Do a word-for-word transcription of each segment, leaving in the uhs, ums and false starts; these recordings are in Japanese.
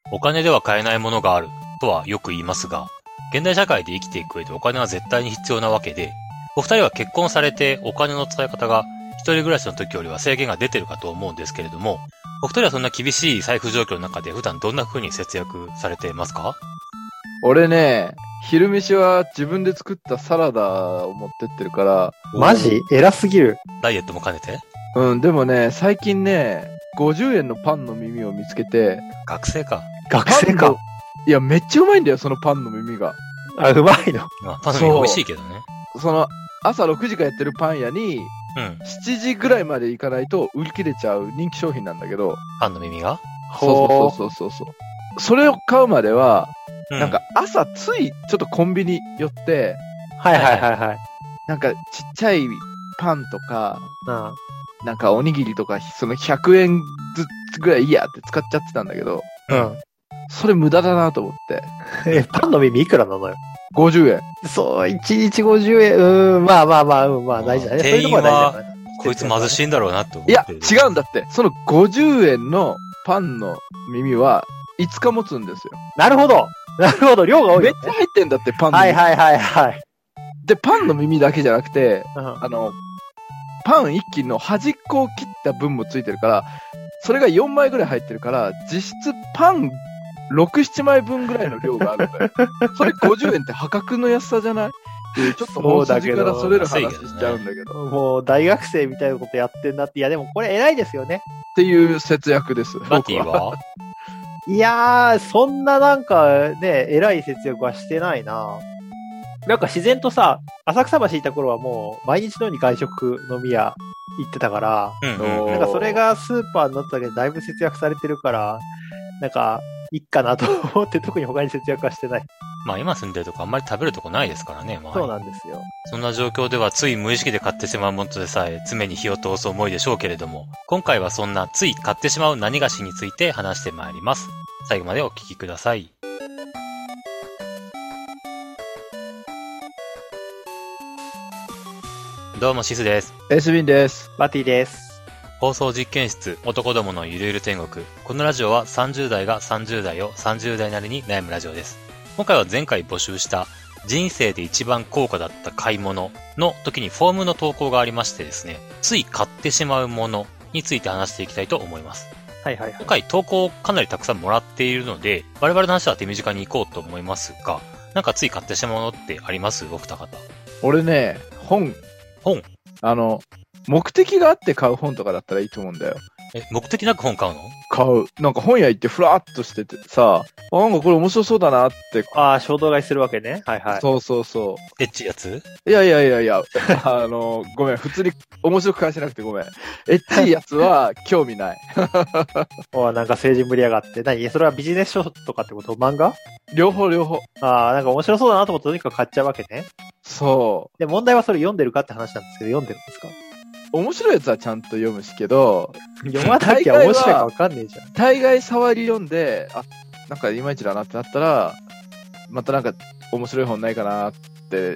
お金では買えないものがあるとはよく言いますが、現代社会で生きていく上でお金は絶対に必要なわけで、お二人は結婚されてお金の使い方が一人暮らしの時よりは制限が出てるかと思うんですけれども、お二人はそんな厳しい財布状況の中で普段どんな風に節約されてますか？ 俺ね、昼飯は自分で作ったサラダを持ってってるから。 マジ？偉すぎる。 ダイエットも兼ねて？ うん、でもね、最近ね、ごじゅうえんのパンの耳を見つけて。 学生か。 学生か。 いや、めっちゃうまいんだよ、そのパンの耳が。 あ、うまいの。 まあ、パンの耳美味しいけどね。 その、朝ろくじからやってるパン屋に、うん、しちじぐらいまで行かないと売り切れちゃう人気商品なんだけど。 パンの耳が？ そうそうそうそう。それを買うまでは、うん、なんか朝ついちょっとコンビニ寄って、 はいはいはいはい。 なんかちっちゃいパンとか、うん、なんかおにぎりとか、そのひゃくえんずつぐらいいいやって使っちゃってたんだけど、うん。それ無駄だなと思って。 え、パンの耳いくらなのよ？ ごじゅうえん。 そう、いちにちごじゅうえん。うーん、まあまあまあ、うん、まあ大事だね。 店員は、こいつ貧しいんだろうなって思って。 いや、違うんだって。そのごじゅうえんのパンの耳はいつか持つんですよ。 なるほど。なるほど。量が多い、 ね。めっちゃ入ってんだって、パンの耳。はいはいはいはい。 で、パンの耳だけじゃなくて、うん、あの、パン一斤の端っこを切った分もついてるから、それがよんまいぐらい入ってるから、実質パンろく、ななまいぶんぐらいの量があるんだよ。それごじゅうえんって破格の安さじゃないっていう、ちょっと本筋からそれる話しちゃうんだけど。 もう大学生みたいなことやってんなって。いやでもこれ偉いですよね。 っていう節約です。 バティはいやー、そんななんかね、偉い節約はしてないな。なんか自然とさ、浅草橋いた頃はもう毎日のように外食飲み屋行ってたから、うんうん、なんかそれがスーパーになっただけでだいぶ節約されてるから、なんかいいかなと思って特に他に節約はしてない。 まあ今住んでるとこあんまり食べるとこないですからね。まあ、 そうなんですよ。 そんな状況ではつい無意識で買ってしまうものでさえ常に火を通す思いでしょうけれども、今回はそんなつい買ってしまう何菓子について話してまいります。最後までお聞きください。どうもシスです。 エスビンです。 バティです。 放送実験室男どものゆるゆる天国。このラジオはさんじゅう代がさんじゅう代をさんじゅう代なりに悩むラジオです。今回は前回募集した人生で一番高価だった買い物の時にフォームの投稿がありましてですね、つい買ってしまうものについて話していきたいと思います。 はいはいはい。 今回投稿をかなりたくさんもらっているので、我々の話は手短に行こうと思いますが、なんかつい買ってしまうものってありますお二方？ 俺ね、本。 本あの、目的があって買う本とかだったらいいと思うんだよ。 え、目的なく本買うの？ 買う。なんか本屋行ってふらっとしててさ、あ、なんかこれ面白そうだなって。 ああ、衝動買いするわけね。はいはい。 そうそうそう。 エッチやつ？ いやいやいやいや、あの、ごめん、普通に面白く返せなくてごめん。エッチいやつは興味ない。 おなんか成人ぶりやがって。何？それはビジネス書とかってこと？漫画？ 両方両方。 ああ、なんか面白そうだなと思ってとにかく買っちゃうわけね。 そう。 で、問題はそれ読んでるかって話なんですけど、読んでるんですか？ 面白いやつはちゃんと読むしけど、 読まなきゃ面白いか分かんねえじゃん。 大概触り読んで、あ、なんかいまいちだなってなったら、またなんか面白い本ないかなって、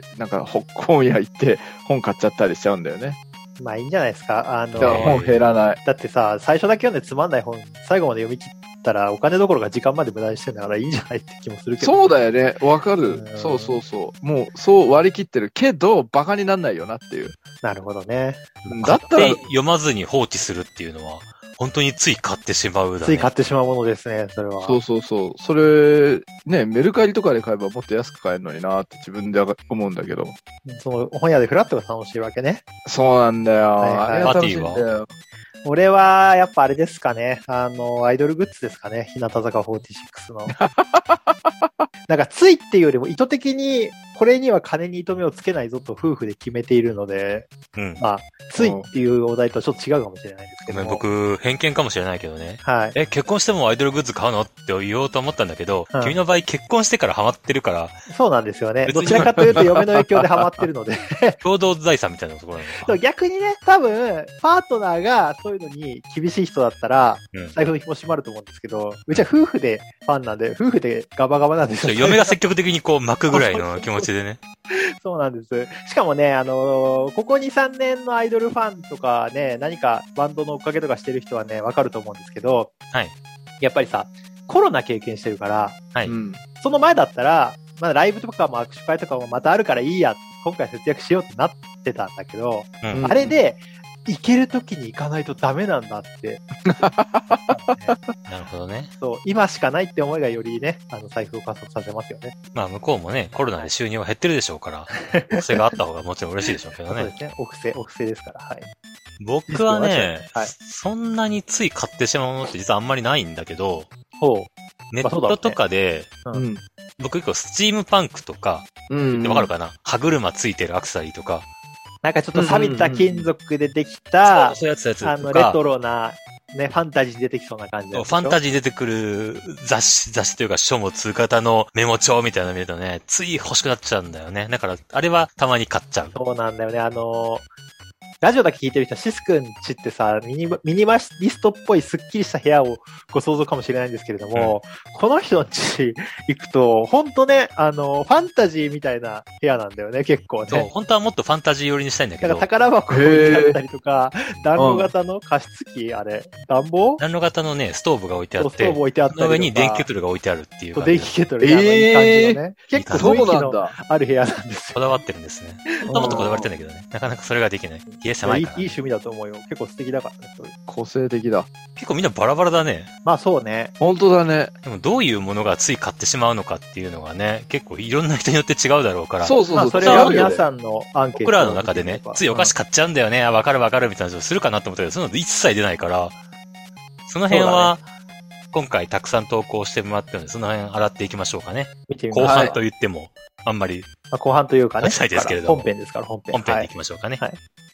なんか本屋行って本買っちゃったりしちゃうんだよね。 まあいいんじゃないですか。あのー、 だから本減らない。 だってさ、最初だけ読んでつまんない本、最後まで読み切ったらお金どころか時間まで無駄にしてんだからいいんじゃないって気もするけど。 そうだよね。わかる。そうそうそう。もうそう割り切ってるけど、バカになんないよなっていう。 なるほどね。 だったら読まずに放置するっていうのは、本当につい買ってしまうだね。 つい買ってしまうものですね、それは。 そうそうそう。それ、ね、メルカリとかで買えばもっと安く買えるのになって自分で思うんだけど。 その本屋でフラットが楽しいわけね。 そうなんだよ。 はいはい、あれが楽しいんだよ。 俺は、やっぱあれですかね。あの、アイドルグッズですかね。日向坂フォーティシックスの。なんか、ついっていうよりも意図的に、これには金に糸目をつけないぞと夫婦で決めているので、うん、まあ、ついっていうお題とはちょっと違うかもしれないですけど。 ごめん、僕、偏見かもしれないけどね。 はい。 え、結婚してもアイドルグッズ買うのって言おうと思ったんだけど、うん、君の場合結婚してからハマってるから。 そうなんですよね。どちらかというと嫁の影響でハマってるので。 共同財産みたいなところなのか。 逆にね、多分、パートナーがそういうのに厳しい人だったら、うん、財布の紐締まると思うんですけど、うちは夫婦でファンなんで、夫婦でガバガバなんですよ。 嫁が積極的にこう巻くぐらいの気持ちでね。 そうなんです。しかもね、あのー、ここに、さんねんのアイドルファンとかね、何かバンドの追っかけとかしてる人はね、わかると思うんですけど、 はい。 やっぱりさ、 コロナ経験してるから、 はい。 その前だったら、まだライブとかも握手会とかもまたあるからいいや、今回節約しようってなってたんだけど、うん、あれで、行けるときに行かないとダメなんだって。 なるほどね。 そう、今しかないって思いがよりね、あの、財布を加速させますよね。 まあ、向こうもね、コロナで収入は減ってるでしょうから、お布施があった方がもちろん嬉しいでしょうけどね。 そうですね。お布施、お布施ですから、はい。 僕はね、はい、そんなについ買ってしまうものって実はあんまりないんだけど、 ほう。 ネットとかで、 まあね、うん、 僕結構スチームパンクとか、うん、わかるかな、歯車ついてるアクセサリーとか、 なんかちょっと錆びた金属でできた、 そういうやつやつとか、 あの、レトロな、ね、ファンタジーに出てきそうな感じで。 ファンタジー出てくる雑誌、雑誌というか書物型のメモ帳みたいなの見るとね、つい欲しくなっちゃうんだよね。だから、あれはたまに買っちゃう。 そうなんだよね。あのー、ラジオだけ聞いてる人はシス君ちってさ、ミニ、ミニマリストっぽいスッキリした部屋をご想像かもしれないんですけれども、うん、この人のち行くと、ほんとね、あの、ファンタジーみたいな部屋なんだよね、結構ね。 そう、本当はもっとファンタジー寄りにしたいんだけど。 だから宝箱置いてあったりとか、暖炉型の加湿器、あれ、暖房暖炉型のね、ストーブが置いてあって、 ストーブ置いてあったりとか。 その上に電気ケトルが置いてあるっていうそう、電気ケトルが、あのいい感じのね。結構雰囲気のある部屋なんですよ。 こだわってるんですね。もっともっとこだわってるんだけどね。なかなかそれができない。家狭いから。 いい趣味だと思うよ。結構素敵だからね。 個性的だ。 結構みんなバラバラだね。 まあそうね。 本当だね。 でもどういうものがつい買ってしまうのかっていうのがね、結構いろんな人によって違うだろうから。 そうそうそう。まあそれは皆さんのアンケート。 僕らの中でね、ついお菓子買っちゃうんだよね。あ、わかるわかるみたいな話をするかなと思ったけど、そういうの一切出ないから、その辺は、今回たくさん投稿してもらってるので、その辺洗っていきましょうかね。後半と言っても、あんまり。 まあ、後半というかね。 ないですけれども。 本編ですから、本編。 本編でいきましょうかね。 はい。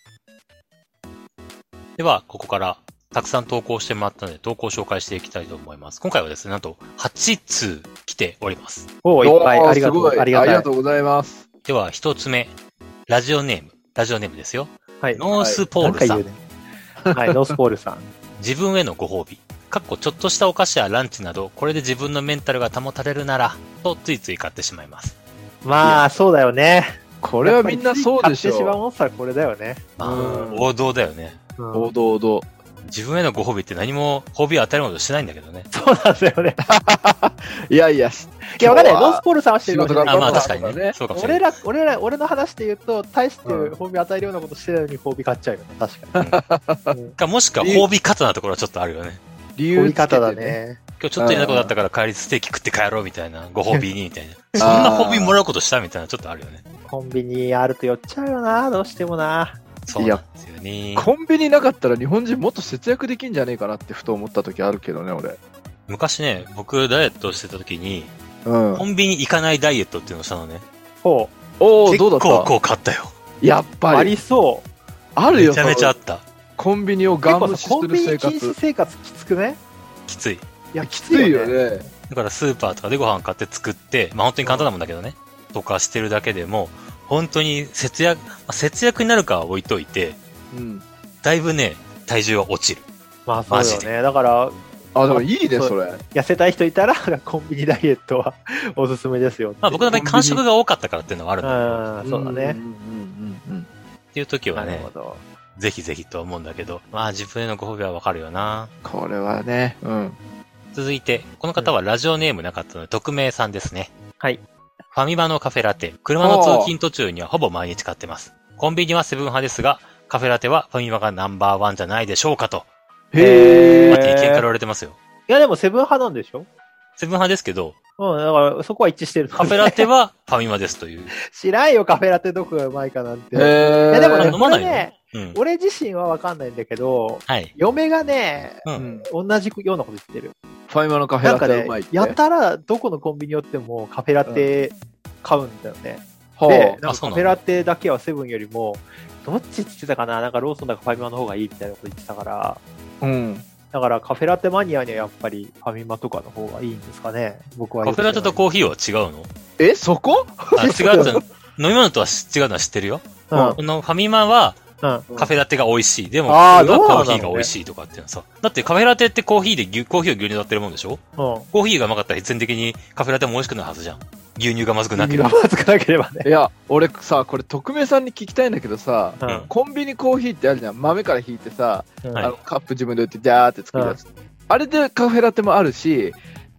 では、ここから、たくさん投稿してもらったので、投稿を紹介していきたいと思います。今回はですね、なんと、はちつう来ております。 おー、いっぱい。ありがとう。 ありがとうございます。 では、一つ目。ラジオネーム。ラジオネームですよ。 はい。 ノースポールさん。 はい、はい、ノースポールさん。 自分へのご褒美。かっこちょっとしたお菓子やランチなど、これで自分のメンタルが保たれるなら、とついつい買ってしまいます。 まあ、そうだよね。 これはみんなそうでしょ。 買ってしまうもんさ、これだよね。 まあ、王道だよね。 王道王道。 自分へのご褒美って何も褒美を与えることしないんだけどね。 そうなんだよね。 いやいや、 いや、わかんない。ノースポールさんはしてるかもしれない。 あ、まあ確かにね。そうかもしれない。 俺ら、俺ら、俺の話で言うと、大して褒美与えるようなことしてないのに褒美買っちゃうよね。確かに。 か、もしくは褒美方なところはちょっとあるよね。 理由方だね。 今日ちょっと嫌なことだったから帰りステーキ食って帰ろうみたいな。ご褒美にみたいな。そんな褒美もらうことしたみたいなちょっとあるよね。 コンビニあると酔っちゃうよな、どうしてもな。 そうなんですよね。 コンビニなかったら日本人もっと節約できんじゃねえかなってふと思った時あるけどね、俺。 昔ね、僕ダイエットしてた時に、 うん、 コンビニ行かないダイエットっていうのをしたのね。 ほう。おー、どうだった？ 結構こう買ったよ。 やっぱり。 ありそう。 あるよ、 めちゃめちゃあった。 コンビニをガン無視する生活。 コンビニ禁止生活きつくね？ きつい。 いや、きついよね。 だからスーパーとかでご飯買って作って、まあ本当に簡単なもんだけどね。とかしてるだけでも、本当に節約、節約になるかは置いといて、 うん、 だいぶね、体重は落ちる。 まあそうだよね。だから、 あ、でもいいね、それ。 痩せたい人いたら、コンビニダイエットはおすすめですよ。 まあ僕の場合、間食が多かったからっていうのはあるんだけど。そうだね。 っていう時はね、ぜひぜひと思うんだけど、まあ自分へのご褒美はわかるよな。 これはね、うん。 続いて、この方はラジオネームなかったので、匿名さんですね。 はい。 ファミマのカフェラテ。車の通勤途中にはほぼ毎日買ってます。コンビニはセブン派ですが、カフェラテはファミマがナンバーワンじゃないでしょうかと。 へー。 待って、意見から言われてますよ。 いやでもセブン派なんでしょ？ セブン派ですけど。 うん、だからそこは一致してる、ね。 カフェラテはファミマですという。 知らんよ、カフェラテどこがうまいかなんて。 へー。 いやでもね、 飲まないのね、うん、俺自身はわかんないんだけど、 はい、 嫁がね、 うん、 同じようなこと言ってる。 ファミマのカフェラテうまいって。 なんかね、やたらどこのコンビニ寄ってもカフェラテ買うんだよね。うん、で、なんかカフェラテだけはセブンよりも、どっちって言ってたかな、なんかローソンだかファミマの方がいいみたいなこと言ってたから、 うん。 だからカフェラテマニアにはやっぱりファミマとかの方がいいんですかね。僕は。 カフェラテとコーヒーは違うの？ え、そこ？ あ、違うの。飲み物とは違うのは知ってるよ。うん。このファミマは、カフェラテが美味しい。でも、コーヒーが美味しいとかっていうのさ。だってカフェラテってコーヒーで牛、コーヒーを牛乳で割ってるもんでしょ？うん。コーヒーがうまかったら必然的にカフェラテも美味しくなるはずじゃん。牛乳がまずくなければ。 まずくなければね。 いや、俺さ、これ匿名さんに聞きたいんだけどさ、 うん、 コンビニコーヒーってあるじゃん。豆から引いてさ、 うん、 あのカップ自分で打ってジャーって作るやつ。うん、あれでカフェラテもあるし、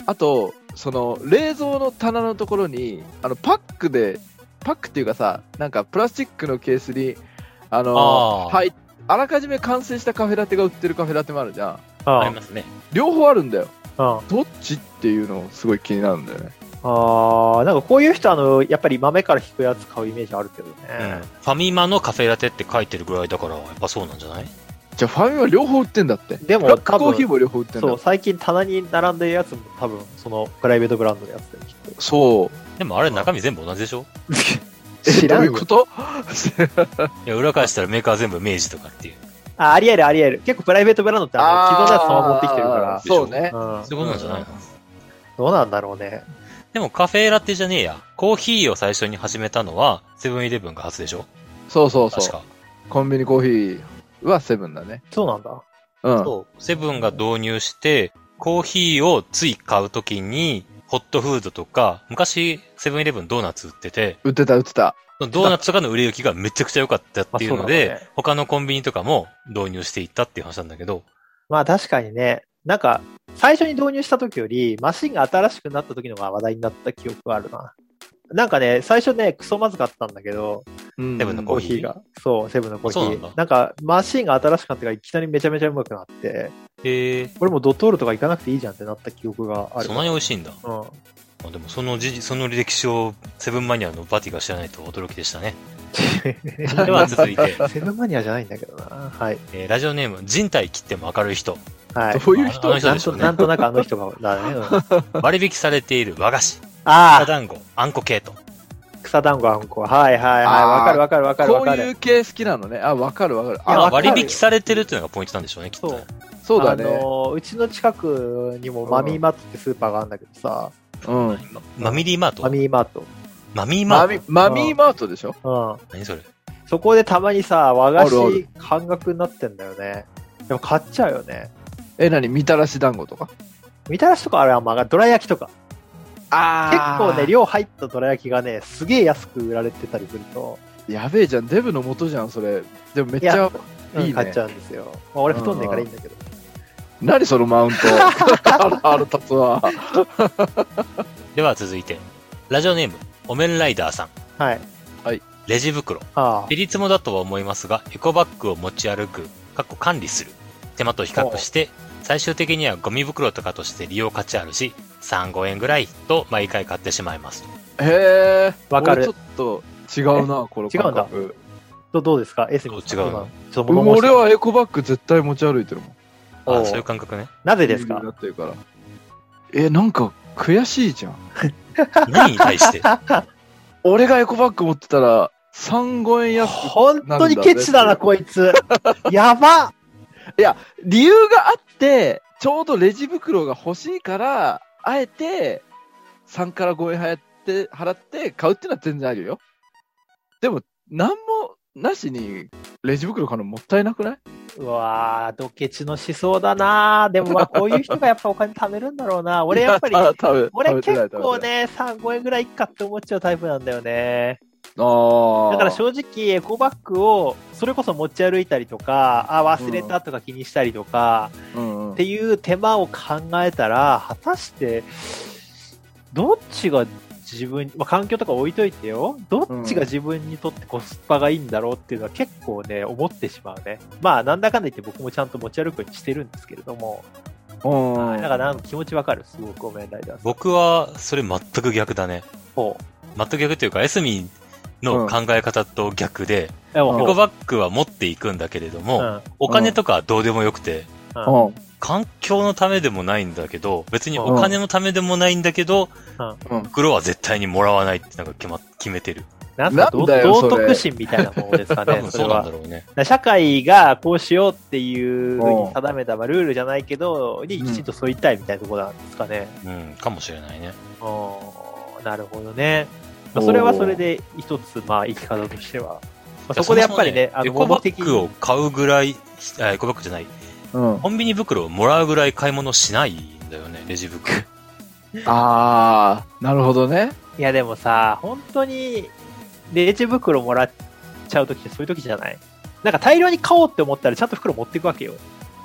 あと、その、冷蔵の棚のところに、あの、パックで、パックっていうかさ、なんかプラスチックのケースに、あの、 あはい、あらかじめ完成したカフェラテが売ってるカフェラテもあるじゃん。 あ、ありますね。 両方あるんだよ。 あどっちっていうのすごい気になるんだよね。 あ、なんかこういう人、あの、やっぱり豆から引くやつ買うイメージあるけどね。 うん。ファミマのカフェラテって書いてるぐらいだから、やっぱそうなんじゃない？ じゃあファミマ両方売ってんだって。 でもブラックコーヒーも両方売ってんだ。 そう、最近棚に並んでるやつも多分、そのプライベートブランドのやつできっと。 そう。 でもあれ中身全部同じでしょ？ 知らんよどういうこといや、裏返したらメーカー全部明治とかっていう。 あ、ありえるありえる。結構プライベートブランドってあの、既存のやつそのまま持ってきてるから。 そうね。 うん。 そういうことなんじゃないの？ どうなんだろうね。 でもカフェラテじゃねえや。コーヒーを最初に始めたのは、セブンイレブンが初でしょ？ そうそうそう。 確か。 コンビニコーヒーはセブンだね。 そうなんだ。 うん。 そう。セブンが導入して、コーヒーをつい買うときに、ホットフードとか、昔、セブンイレブンドーナツ売ってて、 売ってた売ってた。 ドーナツとかの売れ行きがめちゃくちゃ良かったっていうのあそうで、 なんだね他のコンビニとかも導入していったっていう話なんだけど、 まあ確かにね、なんか、最初に導入した時より、マシンが新しくなった時のが話題になった記憶があるな。なんかね、最初ね、クソまずかったんだけど、 うんセブンのコーヒーが。そう、セブンのコーヒー。 そうなんだなんか、マシンが新しくなってからいきなりめちゃめちゃうまくなって、 へえ、 これもうドトールとか行かなくていいじゃんってなった記憶がある。 そんなに美味しいんだ。 うん。 あでもその時、その歴史をセブンマニアのバティが知らないと驚きでしたね。では続いて、 セブンマニアじゃないんだけどな。はい。 えーラジオネーム、人体切っても明るい人。 はい。 どういう人あの人なんと、 でしょうねなんとなくあの人が、だね。うん、 割引されている和菓子、 ああ、 草団子、あんこ系と。 草団子あんこ。はいはいはい。 あーわかるわかるわかるわこうかる。 いう系好きなのね。あ、わかるわかる。 いやまああ、 わかる割引されてるっていうのがポイントなんでしょうね、きっと。 そう。 そうだね。 あのーうちの近くにもマミーマートってスーパーがあるんだけどさ、 うん。 まマミリーマートマミーマート。 マミーママミート、 マミーマートでしょ？ うん。 何それ？ そこでたまにさ、和菓あるある子半額になってんだよね。でも買っちゃうよね。 え、何みたらし団子とか？ みたらしとかあれはまあ、どら焼きとか。 あ結構ね、量入ったどら焼きがね、すげえ安く売られてたりすると、 やべえじゃん。デブの元じゃん、それ。でもめっちゃいやいいね。 買っちゃうんですよ。まあ、俺太んねえからいいんだけど。 何そのマウント。あるある立つわ。 では続いて、ラジオネーム、お面ライダーさん。 はい。 レジ袋。 あペリツモだとは思いますが、エコバッグを持ち歩く、かっこ管理する。手間と比較して、最終的にはゴミ袋とかとして利用価値あるし、さん、ごえんぐらいと毎回買ってしまいます。 へえ。 わかる俺ちょっと違うな、この感覚。 違うんだどどうですかエスミ違うの今ちょっとうん物申して俺はエコバッグ絶対持ち歩いてるもん。 おうあそういう感覚ね。 なぜですかなってるから。え、なんか悔しいじゃん。 何に対して俺がエコバッグ持ってたら、さん、ごえん安く。 本当にケチだな、こいつ。やば理由があって、ちょうどレジ袋が欲しいから、あえて、さんからごえん払って、払って買うっていうのは全然あるよ。でも、なんもなしに、レジ袋買うのもったいなくないうわー、ドケチの思想だなでもまあ、こういう人がやっぱお金貯めるんだろうな。俺やっぱり、 い多分俺結構。 食べてないね、さん、ごえんぐらいいっかって思っちゃうタイプなんだよね。 食べてないああ。 だから正直、エコバッグを、それこそ持ち歩いたりとか、あ、忘れたとか気にしたりとか、 うんうんっていう手間を考えたら、果たして、どっちが自分、まあ、環境とか置いといてよ、どっちが自分にとってコスパがいいんだろうっていうのは結構ね、思ってしまうね。まあ、なんだかんだ言って僕もちゃんと持ち歩くようにしてるんですけれども、 うん。 だからなんか気持ちわかる、すごくごめんライダーさん。 僕は、それ全く逆だね。 ほ全く逆っていうか、エスミの考え方と逆で、 う。でもエコバッグは持っていくんだけれども、 うんお金とかはどうでもよくて、 うんうん。 環境のためでもないんだけど、別にお金のためでもないんだけど、 うん。 袋は絶対にもらわないってなんか決ま、決めてる。 なんかどなんだよそれ道徳心みたいなものですか多ね、それは分そうなんだ。ろうね。 だから社会がこうしようっていうふうに定めた、まあ、ルールじゃないけど、にきちんと沿いたいみたいなところなんですかね。 うん、かもしれないね。 うん、なるほどね。まあ、それはそれで一つ、まあ、生き方としては。まあ、そこでやっぱりね、あの、 エコバ目的ッグを買うぐらい、あエコバッグじゃない、 うん。 コンビニ袋をもらうぐらい買い物しないんだよね、レジ袋。 ああ、なるほどね。 いや、でもさ、本当に、レジ袋もらっちゃうときってそういうときじゃないなんか大量に買おうって思ったらちゃんと袋持っていくわけよ。 ううんんうん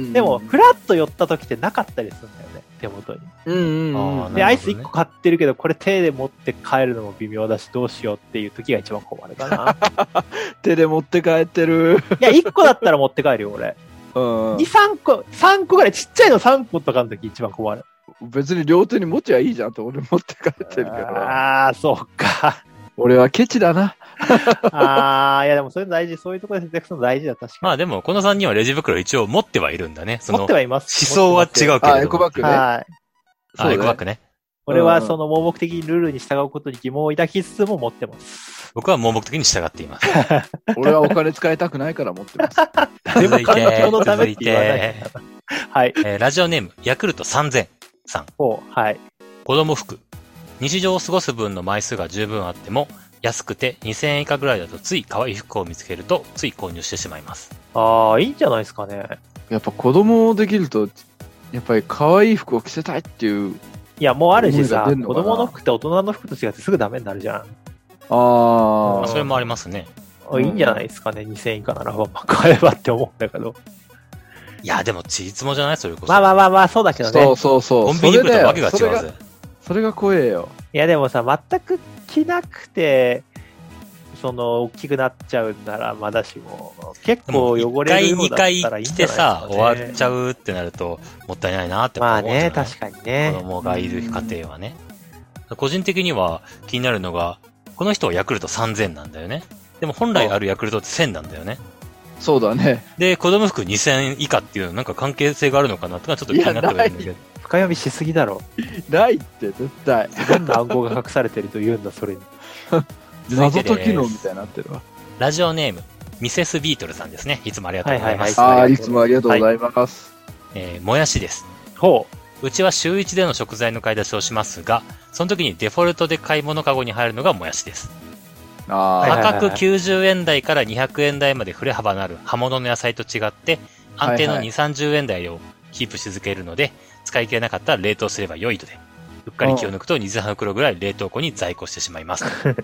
でも、フラッと寄った時ってなかったりするんだよね、手元に。 うんうんうん。 で、アイスいっこ買ってるけど、これ手で持って帰るのも微妙だし、どうしようっていう時が一番困るかな。 手で持って帰ってる。 いや、いっこだったら持って帰るよ、俺。 うん。 に、さんこ、さんこぐらい、ちっちゃいのさんことかの時一番困る。 別に両手に持ちゃいいじゃんって俺持って帰ってるけど。 ああ、そうか。 俺はケチだな。 ああ、いやでもそれ大事、そういうところで節約するの大事だ、確かに。 まあでも、このさんにんはレジ袋一応持ってはいるんだね。その持ってはいます。 思想は違うけれど。 あ、エコバッグね。 はい。 あ、エコバッグね。 俺はその盲目的にルールに従うことに疑問を抱きつつも持ってます。 僕は盲目的に従っています。 俺はお金使いたくないから持ってます。 続いて、 環境のため続いって言わないて、 はい。 えーラジオネーム、ヤクルトさんぜんさん。 ほう、はい。 子供服。日常を過ごす分の枚数が十分あっても、安くてにせんえん以下ぐらいだとつい可愛い服を見つけると、つい購入してしまいます。 ああ、いいんじゃないですかね。 やっぱ子供できると、やっぱり可愛い服を着せたいっていう。 いや、もうあるしさ、 思いが出んのかな子供の服って大人の服と違ってすぐダメになるじゃん。 あまあ、 あ。 それもありますね。 あいいんじゃないですかね、にせんえん以下ならば、まあ、買えばって思うんだけど。 いや、でも、ちりつもじゃないそれこそ。 まあまあまあまあ、そうだけどね。 そうそうそう。 コンビニ行くとわけが違うそれがぜ。 それが怖えよ。 いやでもさ、全く着なくて、その、大きくなっちゃうんならまだしも、結構汚れるようだったらいいんじゃないですか、ね。 一回、二回着てさ、終わっちゃうってなると、もったいないなって思うまあじゃない。 ね、確かにね。 子供がいる家庭はね。個人的には気になるのが、この人はヤクルトさんぜんなんだよね。でも本来あるヤクルトってせんなんだよね。 そうだね。 で、子供服にせんえん以下っていうのなんか関係性があるのかなってのはちょっと気になってはいるんだけど。 深読みしすぎだろ。 ないって絶対。 どんな暗号が隠されてると言うんだ、それに。 謎解きのみたいになってるわ。 ラジオネーム、ミセスビートルさんですね。いつもありがとうございます。 はいはいはいああ、いつもありがとうございます。 えー、もやしです。 ほう。うちは週いちでの食材の買い出しをしますが、その時にデフォルトで買い物カゴに入るのがもやしです。 ああ。 はい価格きゅうじゅうえん台からにひゃくえん台まで振れ幅のある葉物の野菜と違って、安定のにじゅう、さんじゅうえん台をキープし続けるので、使い切れなかったら冷凍すれば良いので、うっかり気を抜くと水半袋ぐらい冷凍庫に在庫してしまいます。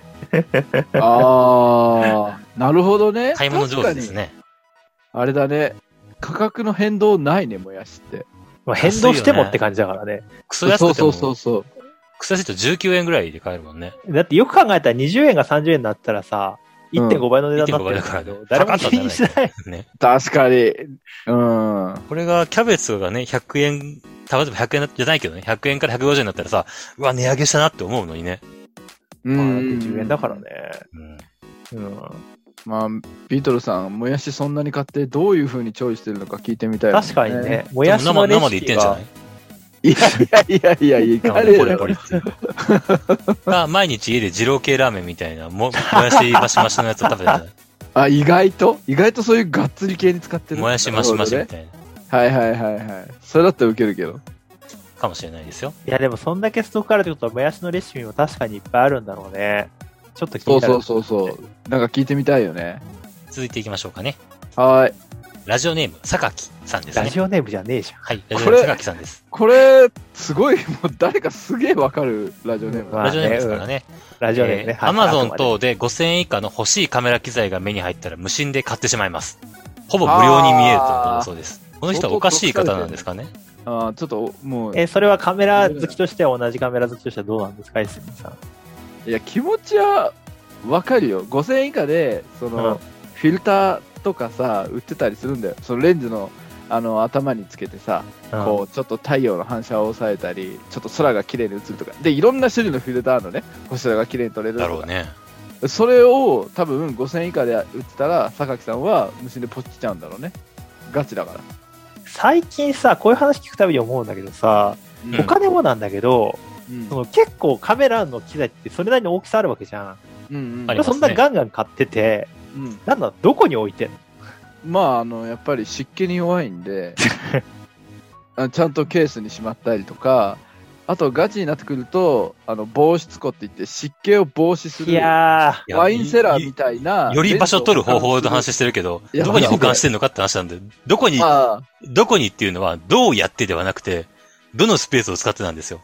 ああ、なるほどね。 買い物上手ですね。 あれだね。価格の変動ないね、もやしって。 まあ、変動してもって感じだからね。 クソ安くても、 そうそうそうそう。 クソ安いとじゅうきゅうえんぐらいで買えるもんね。 だってよく考えたらにじゅうえんがさんじゅうえんになったらさ、いってんごばいの値段になってるいってんごばいだからね誰も気にしない。 ね。 確かに。うん。 これがキャベツがね、ひゃくえん、例えばひゃくえんじゃないけどね、ひゃくえんからひゃくごじゅうえんになったらさ、うわ、値上げしたなって思うのにね。 うまあ、だってん。 じゅうえんだからね。 うん。 うん。 まあ、ビートルさん、もやしそんなに買ってどういう風に調理してるのか聞いてみたいよね。 確かにね。もやしの生、 レ生でシピが言ってんじゃない。 いやいやいやいや、いか生でポリねえだろ。 ポリっていう。あ、毎日家で二郎系ラーメンみたいな、も、もやしマシマシのやつを食べてた。 あ、意外と意外とそういうがっつり系に使ってる。 もやしマシマシみなるたいな。 ほどね。はいはいはいはい。それだったらウケるけど。 かもしれないですよ。 いや、でもそんだけストックあるってことは、もやしのレシピも確かにいっぱいあるんだろうね。ちょっと気になる。 そうそうそうそう。なんか聞いてみたいよね。 続いていきましょうかね。 はーい。 ラジオネーム、榊さんですね。 ラジオネームじゃねえじゃん。 はい、ラジオネーム、榊さんです。 これ、すごい、もう誰かすげえわかるラジオネームだ。 まあラジオネームですからね。 ラジオネームね。 アマゾン等でごせんえん以下の欲しいカメラ機材が目に入ったら無心で買ってしまいます。ほぼ無料に見えるとのことだそうです。この人はおかしい方なんですかね。 ああ、ちょっと、もう、 え、それはカメラ好きとしては同じカメラ好きとしてはどうなんですか、いすみさん。 いや、気持ちはわかるよ。ごせんえん以下で、その、 うんフィルターとかさ、売ってたりするんだよ。そのレンズの、あの、頭につけてさ、 うんこう、ちょっと太陽の反射を抑えたり、ちょっと空が綺麗に映るとか。で、いろんな種類のフィルターあるのね。星空が綺麗に撮れるとか。 だろうね。 それを多分ごせんえん以下で売ってたら、榊さんは無心でポチっちゃうんだろうね。ガチだから。 最近さ、こういう話聞くたびに思うんだけどさ、 うんお金もなんだけど、 うんその結構カメラの機材ってそれなりの大きさあるわけじゃん。 うんうんありますねそんなガンガン買ってて、 うんなんだ、どこに置いてんの？ まあ、あの、やっぱり湿気に弱いんで、あちゃんとケースにしまったりとか、あとガチになってくると、あの、防湿庫って言って湿気を防止すいるやいやワインセラーみたいな。 より場所取る方法の話してるけど、 いやどこに保管してんのかって話なんで、どこに、 あどこにっていうのは、どうやってではなくて、どのスペースを使ってなんですよ。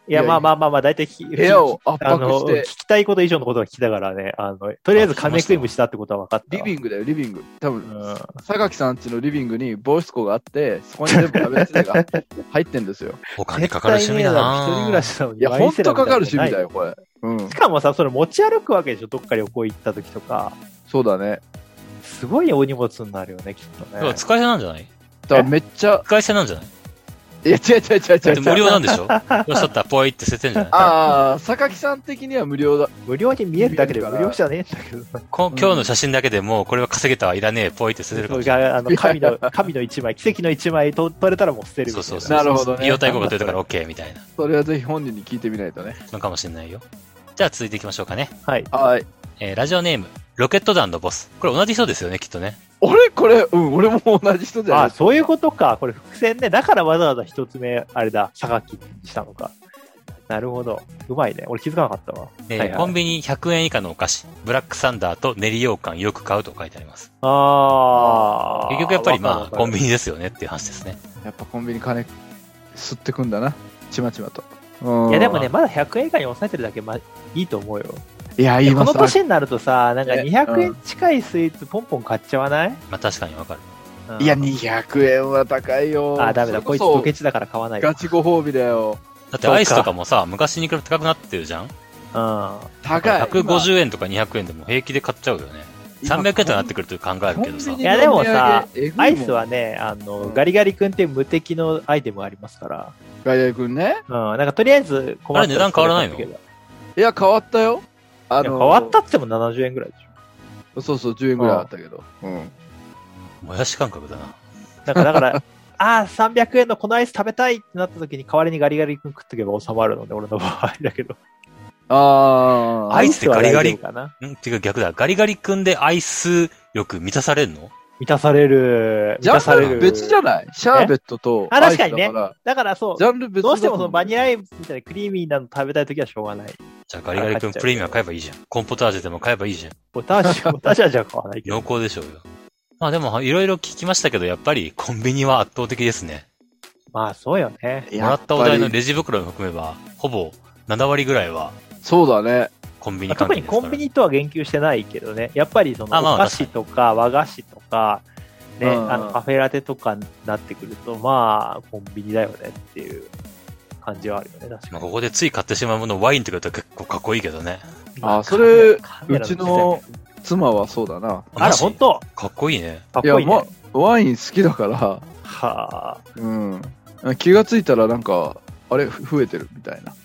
いや、まあまあまあまあ、だいたい部屋を圧迫して。 聞きたいこと以上のことが聞きたからね、あの、とりあえず金クイムしたってことは分かった。 リビングだよ、リビング。多分、うん、榊さん家のリビングに防湿庫があって、そこに全部食べ捨てが入ってんですよ。 お金かかる趣味だな一人暮らしなのに。 いや、ほんとかかる趣味だよ、これ。 うん。しかもさ、それ持ち歩くわけでしょ、どっか旅行行った時とか。 そうだね。 すごいお荷物になるよね、きっとね。 使い捨てなんじゃない？ だからめっちゃ。 使い捨てなんじゃない？ いや、違う違う違う違う。だって無料なんでしょ？よしだったらポイって捨ててんじゃない？ ああ、榊さん的には無料だ。 無料に見えるだけで無料じゃねえんだけどこ今日の写真だけでもうこれは稼げたはいらねえ、ポイって捨てるかもしれない。 あの神の、神の一枚、奇跡の一枚と取れたらもう捨てるみたいな。 そうそうそう。 なるほどね。 費用対効果取れたから OK みたいな。 それはぜひ本人に聞いてみないとね。 のかもしれないよ。じゃあ続いていきましょうかね。 はい。 はい。 えー、ラジオネーム、ロケット団のボス。これ同じ人ですよね、きっとね。 俺これ、うん、俺も同じ人じゃない。 あ、そういうことか。これ伏線ね。だからわざわざ一つ目、あれだ、榊にしたのか。なるほど。うまいね。俺気づかなかったわ。 えーはいはい、コンビニひゃくえん以下のお菓子、ブラックサンダーと練り羊羹よく買うと書いてあります。 あー。 結局やっぱりまあ、コンビニですよねっていう話ですね。 やっぱコンビニ金吸ってくんだな。ちまちまと。 いやでもね、まだひゃくえん以下に抑えてるだけ、まあ、いいと思うよ。 いや、いいこの年になるとさ、なんかにひゃくえん近いスイーツポンポン買っちゃわない？ まあ確かにわかる。 うん、いや、にひゃくえんは高いよ。 あ、ダメだ、こいつドケチだから買わない。 ガチご褒美だよ。 だってアイスとかもさ、昔に比べて高くなってるじゃん？うん。 高い。 ひゃくごじゅうえんとかにひゃくえんでも平気で買っちゃうよね。さんびゃくえんとかなってくると考えるけどさ。 いやでもさ、アイスはね、あの、うん、ガリガリ君っていう無敵のアイテムがありますから。 ガリガリ君ね。 うん。なんかとりあえず困ったら。あれ値段変わらないの？ いや、変わったよ。 あのー、変わったってもななじゅうえんぐらいでしょ。そうそう、じゅうえんぐらいあったけど。うん。 もやし感覚だな。 だから、だからああ、さんびゃくえんのこのアイス食べたいってなった時に代わりにガリガリ君食っとけば収まるので、俺の場合だけど。 ああ。アイスでガリガリ、かな。んっていうか逆だ。ガリガリ君でアイス欲満たされるの？ 満たされる。満たされる。 別じゃない？シャーベットとアイスだから。あ、確かにね。だからそう。 ジャンル別どうしてもそのバニラアイスみたいなクリーミーなの食べたい時はしょうがない。 じゃあガリガリ君プレミアム買えばいいじゃん。コーンポタージュでも買えばいいじゃん。 ポタージュ、ポタージュはじゃあ買わないけど。 濃厚でしょうよ。まあでもいろいろ聞きましたけど、やっぱりコンビニは圧倒的ですね。 まあそうよね。 もらったお題のレジ袋を含めば、ほぼななわりぐらいは。 そうだね。 コンビニ関係ですから。 特にコンビニとは言及してないけどね。やっぱりそのお菓子とか和菓子とか、ね、あのカフェラテとかになってくると、まあコンビニだよねっていう感じはあるよね。確かに。 まあここでつい買ってしまうものワインとかだと結構かっこいいけどね。 あ、それ、うちの妻はそうだな。 あら、ほんとかっこいいね。 かっこいいね。いや、 ま、ワイン好きだから。はあ。 うん。気がついたらなんか、あれ、増えてるみたいな。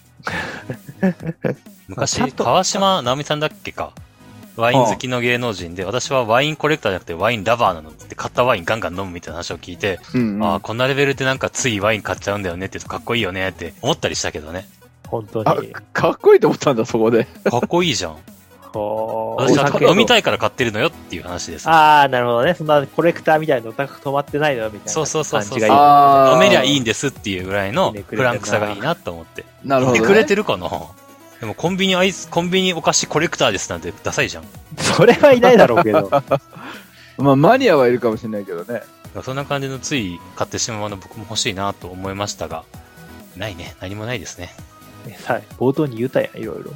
昔、川島直美さんだっけか。ワイン好きの芸能人で、私はワインコレクターじゃなくてワインラバーなのって買ったワインガンガン飲むみたいな話を聞いて、うんうん、ああ、こんなレベルでなんかついワイン買っちゃうんだよねって言うとかっこいいよねって思ったりしたけどね。 本当に。 かっこいいと思ったんだ、そこで。 かっこいいじゃん。私は飲みたいから買ってるのよっていう話です。 ああ、なるほどね。そんなコレクターみたいなの高く止まってないのみたいな感じがいい。 そうそうそうそう。飲めりゃいいんですっていうぐらいのフランクさがいいなと思って。 なるほど、ね。 飲んでくれてるかな。でもコンビニアイス、コンビニお菓子コレクターですなんてダサいじゃん。 それはいないだろうけど。 まあマニアはいるかもしれないけどね。 そんな感じのつい買ってしまうの僕も欲しいなと思いましたが、ないね。何もないですね。 はい。冒頭に言うたやん、いろいろ。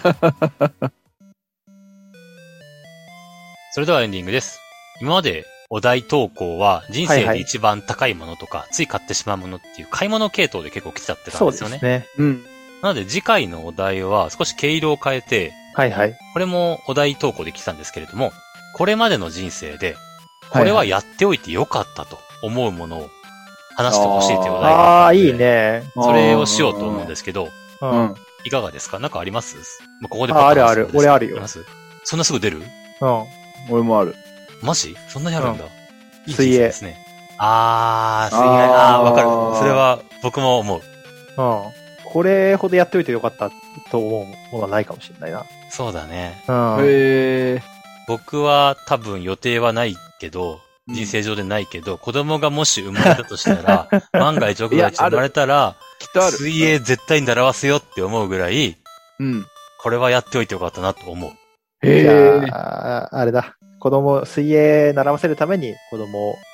それではエンディングです。今までお題投稿は人生で一番高いものとか、はいはい、つい買ってしまうものっていう買い物系統で結構来ちゃってたんですよね。 そうですね。うん。 なので次回のお題は少し毛色を変えて、 はいはい。 これもお題投稿で来たんですけれども、これまでの人生で、これはやっておいてよかったと思うものを話してほしいというお題があったので、 ああ、いいね。 それをしようと思うんですけど、 うん。 いかがですか？なんかあります？まあ、ここでパッとあるある。俺あるよ。あります？ そんなすぐ出る？うん。 俺もある。 マジ？そんなにあるんだ。うん、いい水泳ですね。あー、水泳。あー、わかる。それは僕も思う。 うん。これほどやっておいてよかったと思うものはないかもしれないな。 そうだね。 うん。 へー。 僕は多分予定はないけど、人生上でないけど、うん、子供がもし生まれたとしたら、万が一億が一生まれたら、水泳絶対に習わせよって思うぐらい、 うん。 これはやっておいてよかったなと思う。 へー。あれだ。子供、水泳習わせるために子供を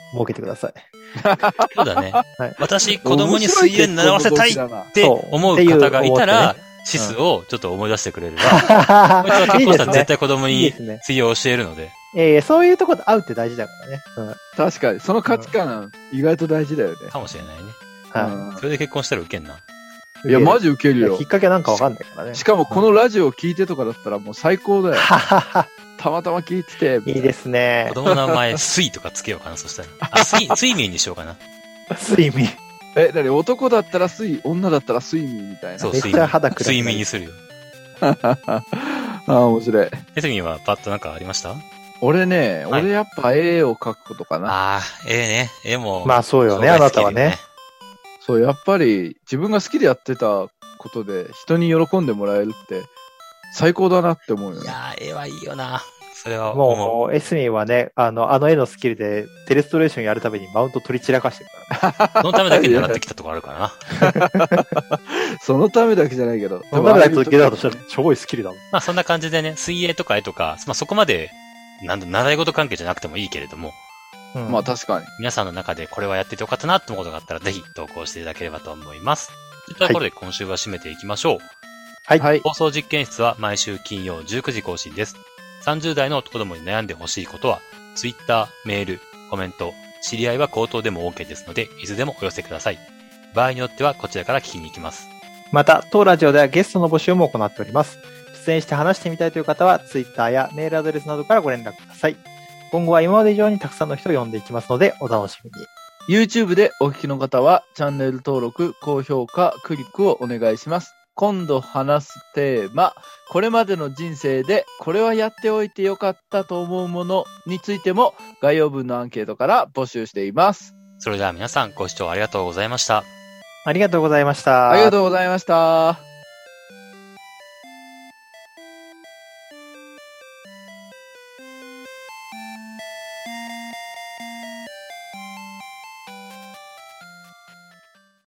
設けてください。 そうだね。 はい、 私、子供に水泳習わせたいって思う方がいたら、シスをちょっと思い出してくれれば、こいつは結婚したら絶対子供に水泳を教えるので。 ええ、そういうところと会うって大事だからね。 うん、確かに、その価値観、意外と大事だよね。 かもしれないね。 はい。 それで結婚したらウケんな。 いや、マジウケるよ。 きっかけなんかわかんないからね。 しかもこのラジオを聞いてとかだったらもう最高だよ。たまたま聞いてて。 いいですね。 子供の名前、スイとかつけようかな、そしたら。あ、スイ、スイミーにしようかな。 スイミー。 え、なに男だったらスイ、女だったらスイミーみたいな。 そう、 めっちゃ肌くらい。 スイミーにするよ。 ああ、面白い。 エスミンはパッとなんかありました？ 俺ね、はい、俺やっぱ絵を描くことかな。 ああ、絵ね。絵も。 まあそうよね、あなたはね。 そう、やっぱり自分が好きでやってたことで人に喜んでもらえるって最高だなって思うよね。 いやー、絵はいいよな。それはもう、エスミンはね、あの、あの絵のスキルでテレストレーションやるためにマウント取り散らかしてるから、ね。 そのためだけに習ってきたとこあるからな。 そのためだけじゃないけど。 そのためだけ続けたとしたら超いスキルだもん。 まあそんな感じでね、水泳とか絵とか、まあそこまで、なんだ、習い事関係じゃなくてもいいけれども。 うん、まあ確かに。 皆さんの中でこれはやっててよかったなって思うことがあったらぜひ投稿していただければと思います。といったところで今週は締めていきましょう。 はい。はい、 放送実験室は毎週金曜じゅうくじ更新です。さんじゅう代の男どもに悩んでほしいことは、Twitter、メール、コメント、知り合いは口頭でも OK ですので、いつでもお寄せください。場合によってはこちらから聞きに行きます。 また、当ラジオではゲストの募集も行っております。出演して話してみたいという方は、Twitter やメールアドレスなどからご連絡ください。今後は今まで以上にたくさんの人を呼んでいきますので、お楽しみに。YouTube でお聞きの方は、チャンネル登録、高評価、クリックをお願いします。今度話すテーマ、これまでの人生でこれはやっておいてよかったと思うものについても概要文のアンケートから募集しています。 それでは皆さんご視聴ありがとうございました。 ありがとうございました。 ありがとうございました。